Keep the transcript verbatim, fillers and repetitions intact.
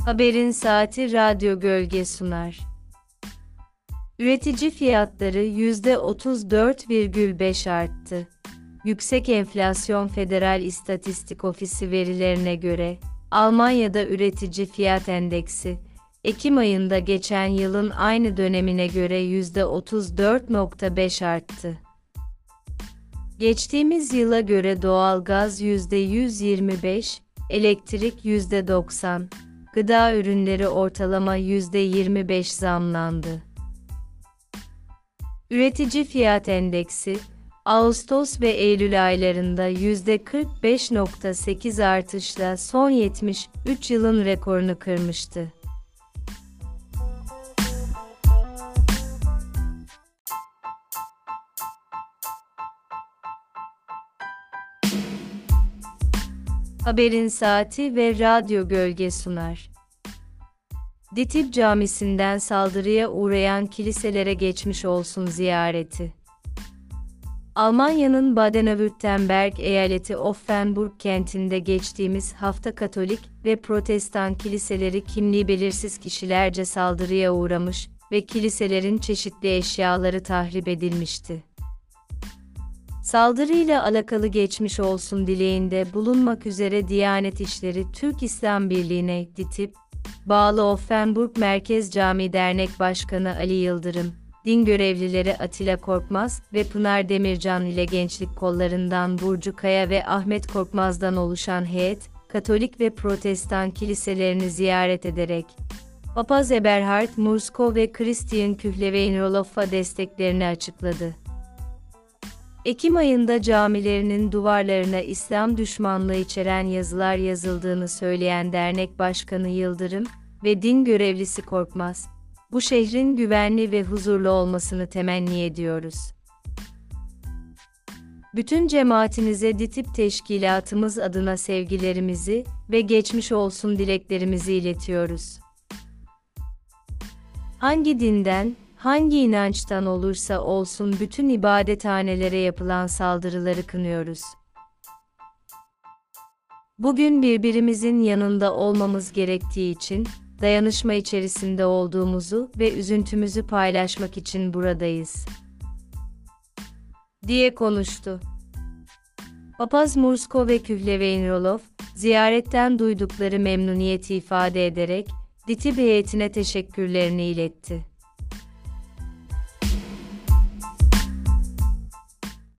Haberin Saati Radyo Gölge sunar. Üretici fiyatları yüzde otuz dört virgül beş arttı. Yüksek enflasyon Federal İstatistik Ofisi verilerine göre, Almanya'da üretici fiyat endeksi, Ekim ayında geçen yılın aynı dönemine göre yüzde otuz dört virgül beş arttı. Geçtiğimiz yıla göre doğalgaz yüzde yüz yirmi beş, elektrik yüzde doksan, gıda ürünleri ortalama yüzde yirmi beş zamlandı. Üretici fiyat endeksi, Ağustos ve Eylül aylarında yüzde kırk beş virgül sekiz artışla son yetmiş üç yılın rekorunu kırmıştı. Haberin Saati ve Radyo Gölge sunar. Ditip Camisi'nden saldırıya uğrayan kiliselere geçmiş olsun ziyareti. Almanya'nın Baden-Württemberg eyaleti Offenburg kentinde geçtiğimiz hafta Katolik ve Protestan kiliseleri kimliği belirsiz kişilerce saldırıya uğramış ve kiliselerin çeşitli eşyaları tahrip edilmişti. Saldırıyla alakalı geçmiş olsun dileğinde bulunmak üzere Diyanet İşleri Türk İslam Birliği'ne Ditip, bağlı Offenburg Merkez Camii Dernek Başkanı Ali Yıldırım, din görevlileri Atilla Korkmaz ve Pınar Demircan ile Gençlik Kollarından Burcu Kaya ve Ahmet Korkmaz'dan oluşan heyet, Katolik ve Protestan kiliselerini ziyaret ederek, Papaz Eberhard Mursko ve Christian Kühleweinrolof'a desteklerini açıkladı. Ekim ayında camilerinin duvarlarına İslam düşmanlığı içeren yazılar yazıldığını söyleyen dernek başkanı Yıldırım ve din görevlisi Korkmaz, bu şehrin güvenli ve huzurlu olmasını temenni ediyoruz. Bütün cemaatinize Ditip Teşkilatımız adına sevgilerimizi ve geçmiş olsun dileklerimizi iletiyoruz. Hangi dinden, hangi inançtan olursa olsun bütün ibadethanelere yapılan saldırıları kınıyoruz. Bugün birbirimizin yanında olmamız gerektiği için, dayanışma içerisinde olduğumuzu ve üzüntümüzü paylaşmak için buradayız, diye konuştu. Papaz Mursko ve Kühleweinrolof, ziyaretten duydukları memnuniyeti ifade ederek, Ditip heyetine teşekkürlerini iletti.